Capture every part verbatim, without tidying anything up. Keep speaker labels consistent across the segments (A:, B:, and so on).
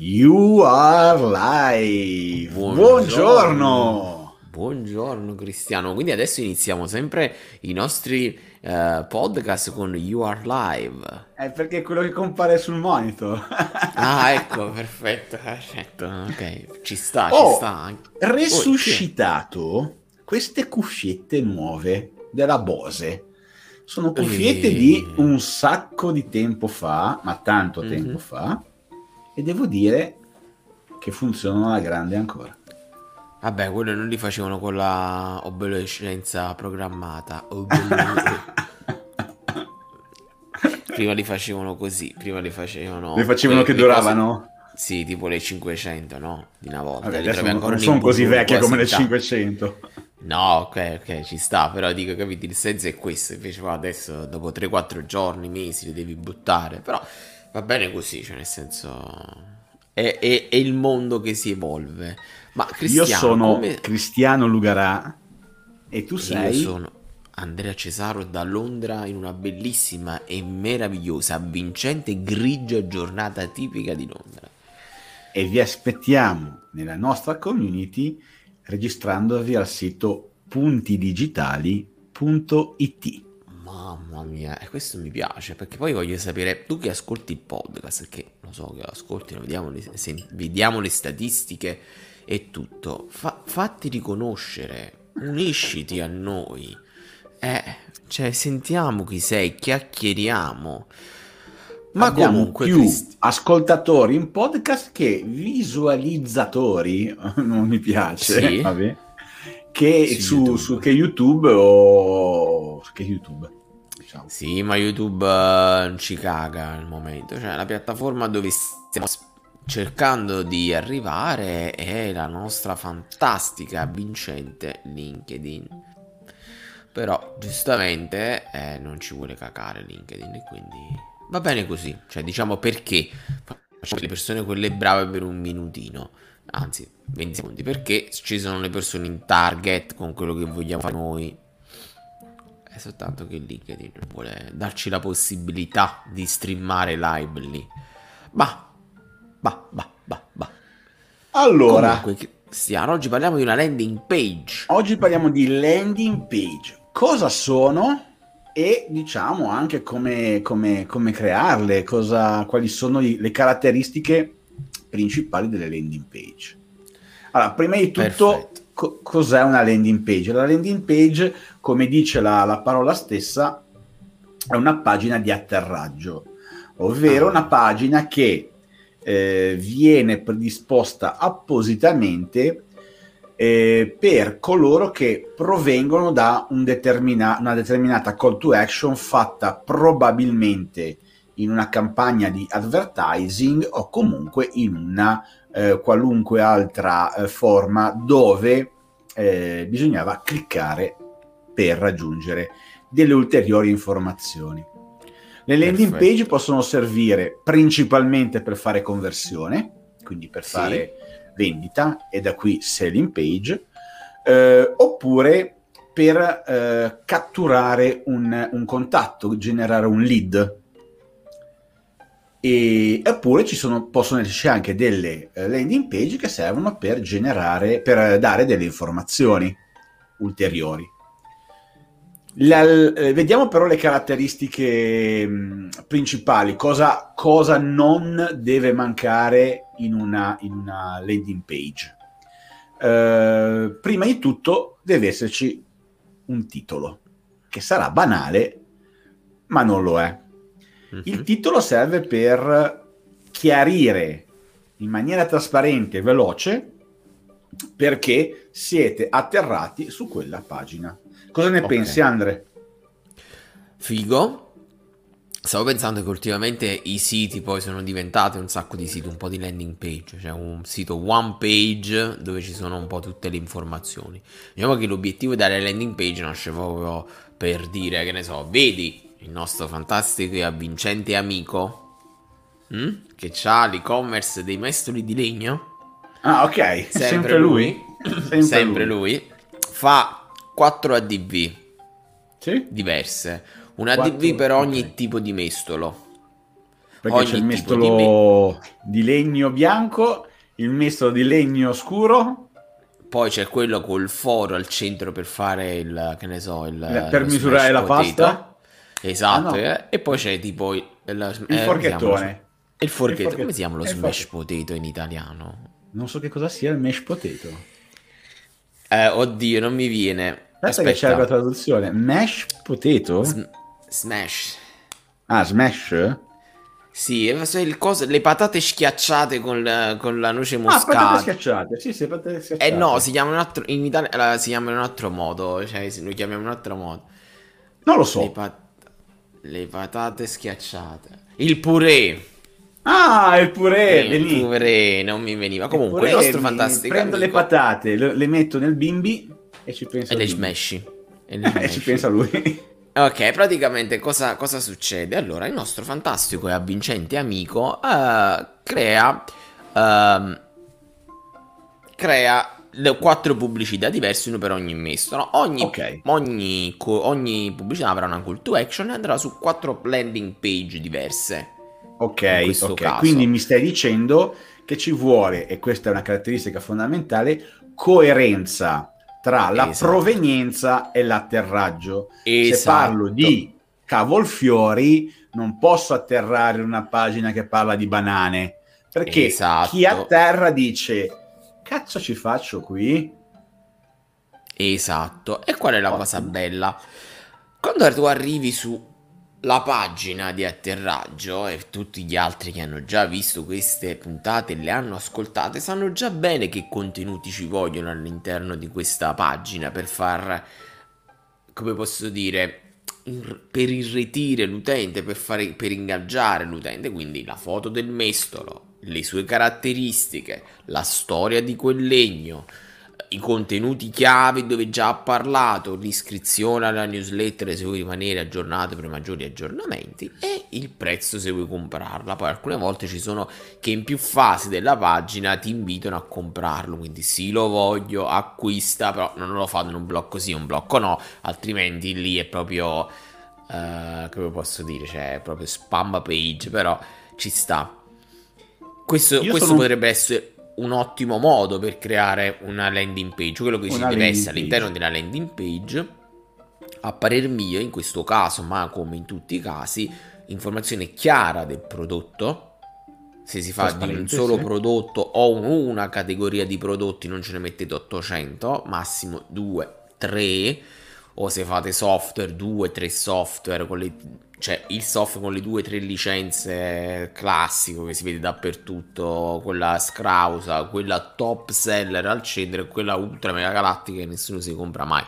A: You are live. Buongiorno.
B: Buongiorno Cristiano. Quindi adesso iniziamo sempre i nostri eh, podcast con You Are Live.
A: È perché è quello che compare sul monitor.
B: Ah, ecco, perfetto, perfetto. Ok, ci sta, ci sta.
A: Ho
B: Oh, chi è?
A: resuscitato queste cuffiette nuove della Bose. Sono cuffiette di
B: Eh,
A: un sacco di tempo fa, ma tanto tempo
B: mhm.
A: fa, e devo dire che funzionano alla grande ancora.
B: Vabbè, quello non li facevano con la obsolescenza programmata. Obole- Prima li facevano così, prima li
A: Le
B: facevano
A: facevano
B: que-
A: che
B: le cose,
A: duravano?
B: sì, tipo le cinquecento, no? Di una
A: Vabbè,
B: volta, li
A: adesso
B: trovi
A: non
B: ancora
A: non
B: nei
A: sono così
B: burroni
A: vecchie come
B: quasi
A: le
B: intatti.
A: cinquecento.
B: No, ok, ok, ci sta, però dico, capito, il senso è questo, invece va adesso dopo tre quattro giorni, mesi li devi buttare, però va bene così, cioè nel senso è, è- è il mondo che si evolve. Ma
A: Io
B: Cristiano,
A: sono
B: come...
A: Cristiano Lugarà e tu
B: E io
A: sei...
B: sono Andrea Cesaro da Londra in una bellissima e meravigliosa, avvincente, grigia giornata tipica di Londra.
A: E vi aspettiamo nella nostra community registrandovi al sito puntidigitali punto it.
B: Mamma mia, e questo mi piace perché poi voglio sapere, tu che ascolti il podcast, che lo so che lo ascolti, lo vediamo, le, se- vediamo le statistiche e tutto, fa- fatti riconoscere, unisciti a noi, eh, cioè sentiamo chi sei, chiacchieriamo. Ma
A: Abbiamo
B: comunque,
A: più
B: Cristi,
A: ascoltatori in podcast che visualizzatori, non mi piace,
B: sì,
A: vabbè, che
B: su
A: su, su
B: YouTube.
A: che YouTube o che YouTube, diciamo.
B: Sì, ma YouTube eh, non ci caga al momento, cioè la piattaforma dove stiamo s- cercando di arrivare è la nostra fantastica, vincente LinkedIn. Però giustamente eh, non ci vuole cacare LinkedIn e quindi va bene così, cioè diciamo perché facciamo le persone quelle brave per un minutino, anzi venti secondi, perché ci sono le persone in target con quello che vogliamo fare noi. È soltanto che LinkedIn non vuole darci la possibilità di streamare live lì. Bah, bah, bah, bah, bah.
A: Allora,
B: Comunque, Cristiano, oggi parliamo di una landing page.
A: oggi parliamo di landing page, cosa sono e diciamo anche come, come- come crearle, cosa- quali sono i- le caratteristiche principali delle landing page. Allora, prima di tutto,
B: Perfetto.
A: co- cos'è una landing page? La landing page, come dice la, la parola stessa, è una pagina di atterraggio, ovvero una
B: Ah,
A: pagina che eh, viene predisposta appositamente eh, per coloro che provengono da un determina- una determinata call to action fatta probabilmente in una campagna di advertising o comunque in una eh, qualunque altra eh, forma dove eh, bisognava cliccare per raggiungere delle ulteriori informazioni. Le landing page
B: perfetto.
A: possono servire principalmente per fare conversione, quindi per
B: Sì,
A: fare vendita, e da qui selling page, eh, oppure per eh, catturare un, un contatto, generare un lead. E, eppure ci sono, possono esserci anche delle eh, landing page che servono per generare, per dare delle informazioni ulteriori. La-
B: ok.
A: eh, vediamo però le caratteristiche mh, principali, cosa, cosa non deve mancare in una, in una landing page. Eh, prima di tutto deve esserci un titolo, che sarà banale, ma non lo è. Il
B: Mhm.
A: titolo serve per chiarire in maniera trasparente e veloce perché siete atterrati su quella pagina. Cosa ne
B: Ok.
A: pensi, Andre?
B: Figo. Stavo pensando che ultimamente i siti poi sono diventati un sacco di siti, un po' di landing page, cioè un sito one page dove ci sono un po' tutte le informazioni. Diciamo che l'obiettivo della landing page nasce proprio per dire, che ne so, vedi il nostro fantastico e avvincente amico mm? che ha l'e-commerce dei mestoli di legno,
A: Ah, ok,
B: sempre
A: sempre lui?
B: lui,
A: Sempre
B: sempre
A: lui.
B: lui, fa quattro A D V
A: Sì?
B: diverse, un A D V
A: quattro,
B: per
A: ok.
B: ogni tipo di mestolo.
A: Perché c'è il mestolo di, di legno bianco, il mestolo di legno scuro.
B: Poi c'è quello col foro al centro per fare il, che ne so, il,
A: per misurare la
B: potato.
A: Pasta.
B: Esatto,
A: ah, no.
B: eh? E poi c'è tipo il, il,
A: il
B: eh,
A: forchettone.
B: Il forchetto, come si chiama lo smash potato in italiano?
A: Non so che cosa sia il mashed potato.
B: Eh, oddio, non mi viene.
A: Aspetta, Aspetta. che c'è la traduzione. Mashed potato?
B: S- smash.
A: Ah, smash?
B: Sì, il coso, le patate schiacciate con la, con la noce moscata.
A: Ah, patate schiacciate, sì, sì, patate schiacciate.
B: Eh no, si chiama in, altro, in Italia si chiama in un altro modo, cioè noi chiamiamo in un altro modo.
A: Non lo so.
B: Le, pat- le patate schiacciate. Il purè.
A: Ah, il purè,
B: il purè, non mi veniva. Comunque, il,
A: il
B: nostro fantastico
A: prendo
B: amico,
A: le patate, le, le metto nel bimbi e ci pensa
B: e le
A: bimbi.
B: smashi. E, le
A: e ci pensa lui.
B: Ok, praticamente cosa, cosa succede? Allora, il nostro fantastico e avvincente amico uh, crea uh, crea le quattro pubblicità diverse, uno per ogni mesto. No? Ogni,
A: okay.
B: ogni, ogni pubblicità avrà una call to action e andrà su quattro landing page diverse.
A: Ok, ok. Quindi mi stai dicendo che ci vuole, e questa è una caratteristica fondamentale, coerenza tra la esatto. provenienza e l'atterraggio. Esatto. Se parlo di cavolfiori, non posso atterrare una pagina che parla di banane, perché esatto. chi atterra dice cazzo ci faccio qui?
B: Esatto. E qual è la Ottimo. cosa bella? Quando tu arrivi su la pagina di atterraggio, e tutti gli altri che hanno già visto queste puntate, le hanno ascoltate, sanno già bene che contenuti ci vogliono all'interno di questa pagina per far, come posso dire, per irretire l'utente, per, fare, per ingaggiare l'utente. Quindi la foto del mestolo, le sue caratteristiche, la storia di quel legno, i contenuti chiave dove già ha parlato, l'iscrizione alla newsletter se vuoi rimanere aggiornato per maggiori aggiornamenti, e il prezzo se vuoi comprarla. Poi alcune volte ci sono che in più fasi della pagina ti invitano a comprarlo, quindi sì, lo voglio, acquista, però non lo fanno in un blocco sì, un blocco no, altrimenti lì è proprio uh, come posso dire, cioè è proprio spam page, però ci sta. Questo, questo sono... potrebbe essere un ottimo modo per creare una landing page. Quello che ci deve essere all'interno della landing page, a parer mio, in questo caso, ma come in tutti i casi, informazione chiara del prodotto. Se si fa di un solo sì. prodotto o una categoria di prodotti, non ce ne mettete ottocento, massimo due, tre, o se fate software, due, tre software con le... cioè il software con le due o tre licenze classico che si vede dappertutto, quella scrausa, quella top seller al centro e quella ultra mega galattica che nessuno si compra mai.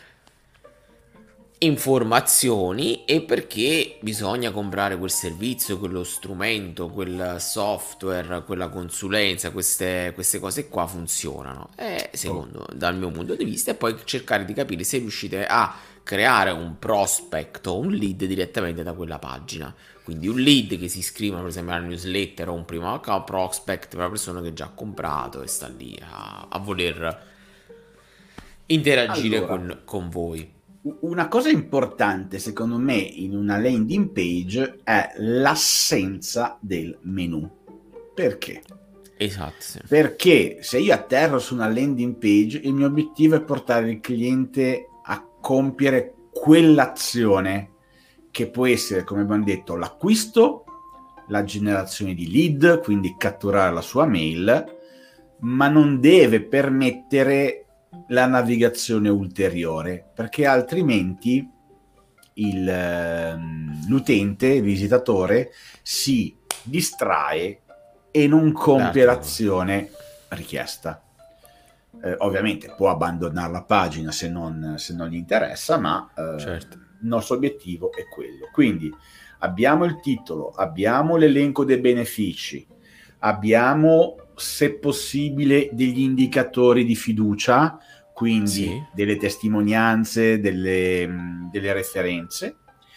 B: Informazioni e perché bisogna comprare quel servizio, quello strumento, quel software, quella consulenza, queste, queste cose qua funzionano, e secondo dal mio punto di vista, e poi cercare di capire se riuscite a creare un prospect o un lead direttamente da quella pagina. Quindi un lead che si iscrivono per esempio alla newsletter, o un primo account prospect per una persona che già ha comprato e sta lì a, a voler interagire allora, con, con voi.
A: Una cosa importante secondo me in una landing page è l'assenza del menu. Perché?
B: Esatto. Sì.
A: Perché se io atterro su una landing page, il mio obiettivo è portare il cliente a compiere quell'azione che può essere, come abbiamo detto, l'acquisto, la generazione di lead, quindi catturare la sua mail, ma non deve permettere la navigazione ulteriore, perché altrimenti il, l'utente, il visitatore, si distrae e non compie Dato. l'azione richiesta. Eh, ovviamente può abbandonare la pagina se non, se non gli interessa, ma eh, certo. il nostro obiettivo è quello. Quindi abbiamo il titolo, abbiamo l'elenco dei benefici, abbiamo, se possibile, degli indicatori di fiducia, quindi sì. delle testimonianze, delle, delle referenze,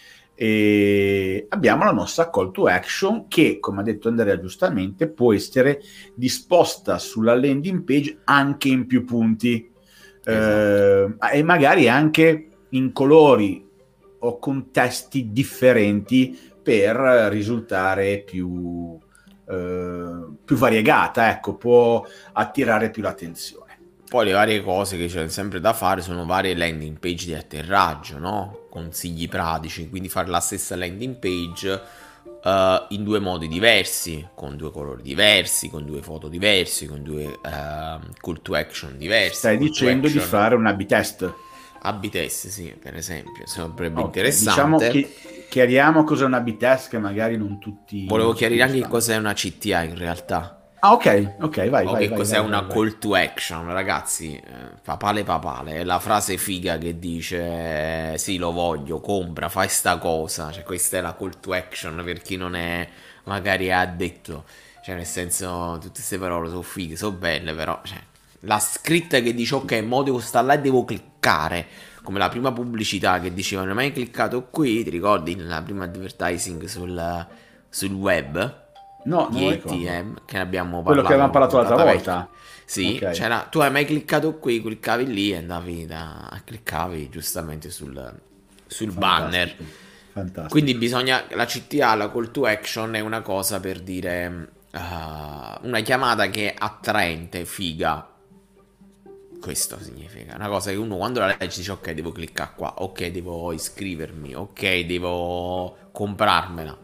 A: e abbiamo la nostra call to action che, come ha detto Andrea giustamente, può essere disposta sulla landing page anche in più punti, esatto. eh, e magari anche in colori o con testi differenti per risultare più, eh, più variegata, ecco, può attirare più l'attenzione.
B: Poi le varie cose che c'è sempre da fare sono varie landing page di atterraggio, no? Consigli pratici, quindi fare la stessa landing page uh, in due modi diversi, con due colori diversi, con due foto diversi, con due uh, call to action diversi.
A: Stai dicendo
B: action.
A: di fare un A B test?
B: A B test, sì, per esempio, sarebbe
A: okay,
B: interessante.
A: Diciamo che chiariamo cos'è un A B test, che magari non tutti...
B: Volevo
A: non
B: chiarire anche cos'è una C T A in realtà.
A: Ah, ok, ok, vai,
B: O
A: vai,
B: che
A: vai,
B: cos'è
A: vai,
B: una
A: vai,
B: call
A: vai.
B: to action, ragazzi, eh, papale papale, è la frase figa che dice eh, sì, lo voglio, compra, fai sta cosa, cioè questa è la call to action per chi non è magari addetto, cioè nel senso tutte queste parole sono fighe, sono belle, però cioè, la scritta che dice ok, mo devo stare là e devo cliccare, come la prima pubblicità che diceva non hai mai cliccato qui, ti ricordi la prima advertising sul, sul web?
A: No,
B: Di
A: non
B: A T M che ne abbiamo
A: Quello
B: parlato,
A: che avevamo parlato l'altra
B: vecchia.
A: volta.
B: Sì,
A: Okay.
B: c'era, tu hai mai cliccato qui, cliccavi lì e andavi da, cliccavi giustamente sul, sul banner.
A: Fantastico.
B: Quindi bisogna, la C T A, la call to action è una cosa per dire uh, una chiamata che è attraente, figa. Questo significa una cosa che uno quando la legge dice ok, devo cliccare qua, ok, devo iscrivermi, ok, devo comprarmela.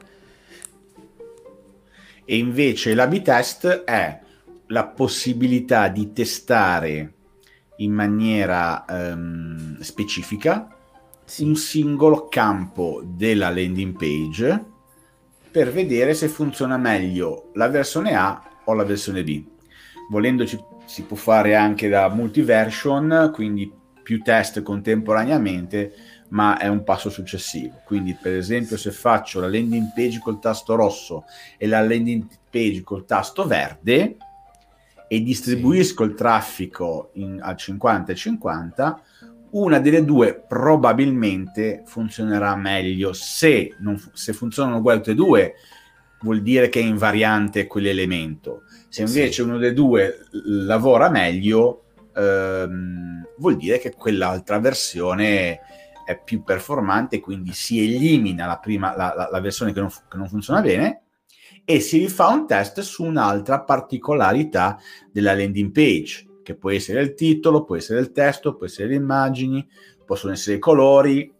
A: E invece l'A B test è la possibilità di testare in maniera um, specifica sì. un singolo campo della landing page per vedere se funziona meglio la versione A o la versione B. Volendoci si può fare anche da multiversion, quindi più test contemporaneamente, ma è un passo successivo. Quindi per esempio se faccio la landing page col tasto rosso e la landing page col tasto verde e distribuisco sì. il traffico in, al cinquanta e cinquanta, una delle due probabilmente funzionerà meglio. Se, non, se funzionano uguali tutte e due vuol dire che è invariante quell'elemento. Se invece sì. uno dei due lavora meglio ehm, vuol dire che quell'altra versione è più performante, quindi si elimina la prima la, la, la versione che non, che non funziona bene e si rifà un test su un'altra particolarità della landing page, che può essere il titolo, può essere il testo, può essere le immagini, possono essere i colori,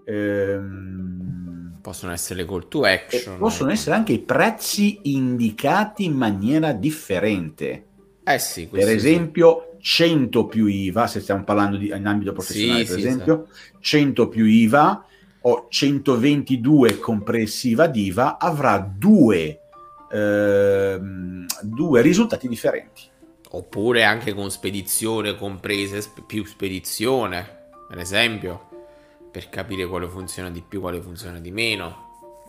A: ehm,
B: possono essere le call to action,
A: possono ecco. essere anche i prezzi indicati in maniera differente.
B: Eh sì,
A: per esempio sì. cento più I V A, se stiamo parlando di, in ambito professionale, sì, per sì, esempio, sì. cento più I V A o centoventidue compressiva di I V A avrà due, ehm, due risultati differenti.
B: Oppure anche con spedizione comprese sp- più spedizione, per esempio, per capire quale funziona di più, quale funziona di meno.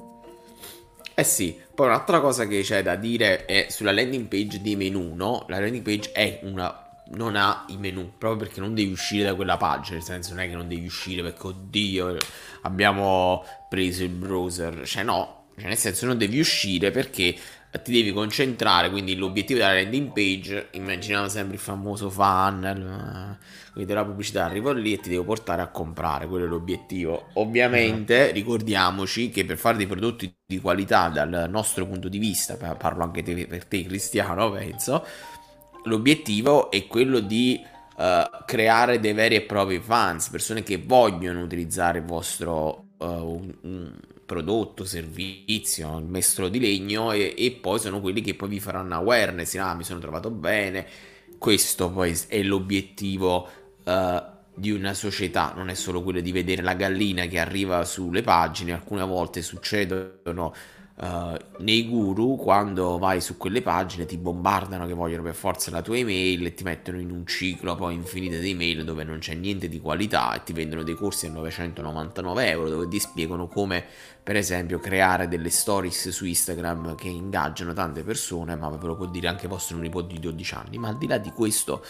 B: Eh sì, poi un'altra cosa che c'è da dire è sulla landing page dei menu, no? La landing page è una... non ha i menu, proprio perché non devi uscire da quella pagina, nel senso non è che non devi uscire perché oddio abbiamo preso il browser, cioè no, cioè nel senso non devi uscire perché ti devi concentrare, quindi l'obiettivo della landing page, immaginiamo sempre il famoso funnel, quindi della pubblicità, arrivo lì e ti devo portare a comprare, quello è l'obiettivo. Ovviamente ricordiamoci che per fare dei prodotti di qualità dal nostro punto di vista, parlo anche te, per te Cristiano, penso, l'obiettivo è quello di uh, creare dei veri e propri fans, persone che vogliono utilizzare il vostro uh, un, un prodotto, servizio, il mestolo di legno e, e poi sono quelli che poi vi faranno awareness, ah mi sono trovato bene, questo poi è l'obiettivo uh, di una società, non è solo quello di vedere la gallina che arriva sulle pagine, alcune volte succedono Uh, nei guru, quando vai su quelle pagine ti bombardano che vogliono per forza la tua email e ti mettono in un ciclo poi infinito di email dove non c'è niente di qualità e ti vendono dei corsi a novecentonovantanove euro dove ti spiegano come per esempio creare delle stories su Instagram che ingaggiano tante persone, ma ve lo può dire anche vostro nipote di dodici anni. Ma al di là di questo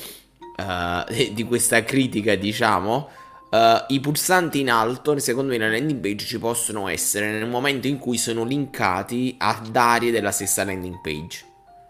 B: uh, di questa critica, diciamo, Uh, i pulsanti in alto, secondo me, nella landing page ci possono essere nel momento in cui sono linkati ad aree della stessa landing page,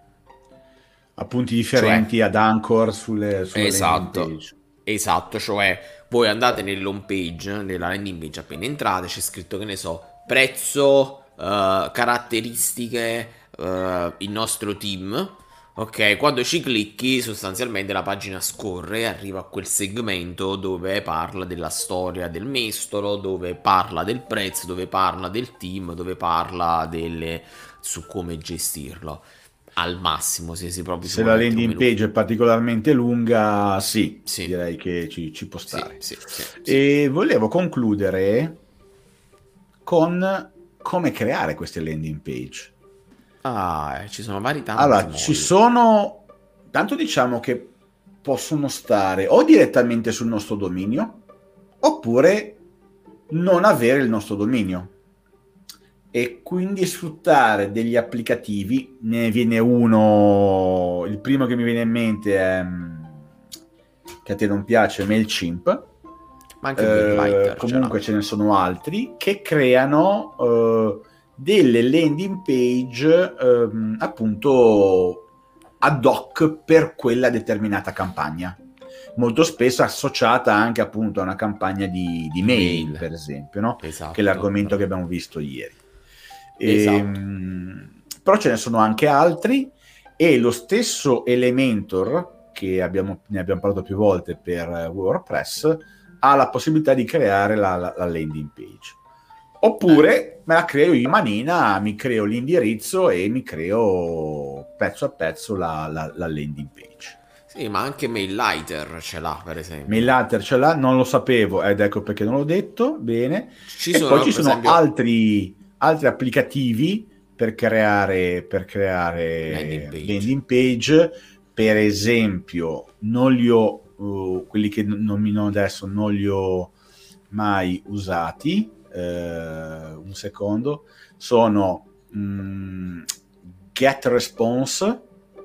A: a punti differenti, cioè, ad anchor sulle, sulle
B: esatto,
A: landing page.
B: Esatto, cioè voi andate nell'home page, nella landing page appena entrate, c'è scritto, che ne so, prezzo, eh, caratteristiche, eh, il nostro team. Ok, quando ci clicchi, sostanzialmente la pagina scorre e arriva a quel segmento dove parla della storia del mestolo, dove parla del prezzo, dove parla del team, dove parla delle su come gestirlo. Al massimo, se si proprio si
A: Se
B: vuole
A: la
B: mettere un
A: landing
B: menu.
A: page è particolarmente lunga, sì,
B: Sì,
A: direi che ci, ci può
B: sì,
A: stare.
B: sì, sì, sì.
A: E volevo concludere con come creare queste landing page.
B: Ah, eh, ci sono vari tanti
A: Allora, ci
B: modi.
A: sono, tanto diciamo che possono stare o direttamente sul nostro dominio, oppure non avere il nostro dominio. E quindi sfruttare degli applicativi, ne viene uno, il primo che mi viene in mente è, che a te non piace, MailChimp.
B: Ma anche
A: Eh,
B: MailWriter ce l'ha.
A: comunque ce ne sono altri che creano eh, delle landing page ehm, appunto ad hoc per quella determinata campagna, molto spesso associata anche appunto a una campagna di, di mailing,
B: Mail.
A: per esempio, no? Che è
B: Esatto.
A: l'argomento che abbiamo visto ieri.
B: Esatto.
A: Ehm, però ce ne sono anche altri, e lo stesso Elementor, che abbiamo, ne abbiamo parlato più volte per WordPress, ha la possibilità di creare la, la, la landing page. Oppure me la creo io in manina, mi creo l'indirizzo e mi creo pezzo a pezzo la, la, la landing page.
B: Sì, ma anche MailWriter ce l'ha, per esempio.
A: MailWriter ce l'ha, non lo sapevo ed ecco perché non l'ho detto, bene.
B: Ci
A: E poi
B: sono,
A: ci
B: per
A: sono
B: esempio,
A: altri, altri applicativi per creare, per creare
B: landing page.
A: landing page. Per esempio, non li ho, uh, quelli che non nomino adesso, non li ho mai usati. Uh, un secondo, sono um, GetResponse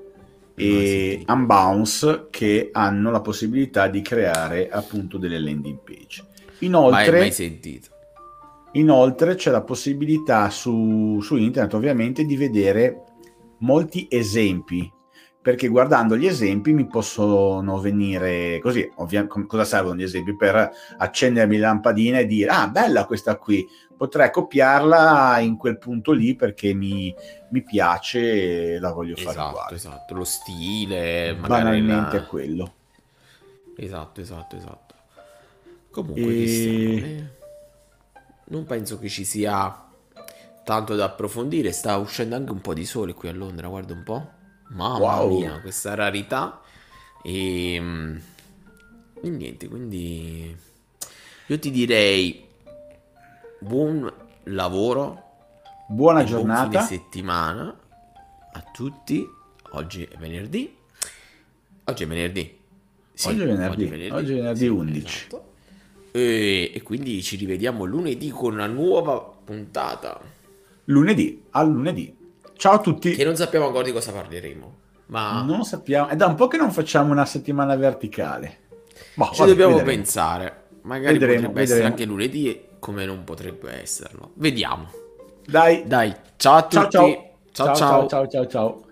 A: e Unbounce, che hanno la possibilità di creare appunto delle landing page. Inoltre,
B: mai, mai sentito.
A: Inoltre c'è la possibilità su, su internet ovviamente di vedere molti esempi, perché guardando gli esempi mi possono venire così, ovvia- cosa servono gli esempi? Per accendermi la lampadina e dire ah, bella questa qui, potrei copiarla in quel punto lì perché mi, mi piace e la voglio fare
B: Esatto,
A: uguale.
B: esatto. Lo stile, magari
A: Banalmente
B: la...
A: è quello.
B: Esatto, esatto, esatto. Comunque, Cristiano,
A: E...
B: eh, non penso che ci sia tanto da approfondire. Sta uscendo anche un po' di sole qui a Londra, guarda un po'. Mamma
A: Wow!
B: mia, questa rarità. E, mm, e niente, quindi io ti direi buon lavoro
A: Buona
B: e buon fine
A: giornata.
B: settimana a tutti. Oggi è venerdì. Oggi è venerdì. Sì,
A: Oggi è venerdì,
B: oggi è venerdì.
A: oggi è venerdì
B: Sì,
A: undici.
B: esatto. E, e quindi ci rivediamo lunedì con una nuova puntata.
A: Lunedì, al lunedì. Ciao a tutti.
B: Che non sappiamo ancora di cosa parleremo. Ma
A: Non sappiamo, è da un po' che non facciamo una settimana verticale. Boh,
B: ci
A: vabbè,
B: dobbiamo
A: vedremo.
B: pensare. Magari
A: Vedremo,
B: potrebbe essere
A: vedremo.
B: anche lunedì, come non potrebbe esserlo. Vediamo.
A: Dai,
B: Dai, ciao a
A: ciao
B: tutti.
A: ciao.
B: Ciao
A: Ciao ciao
B: ciao.
A: ciao ciao ciao.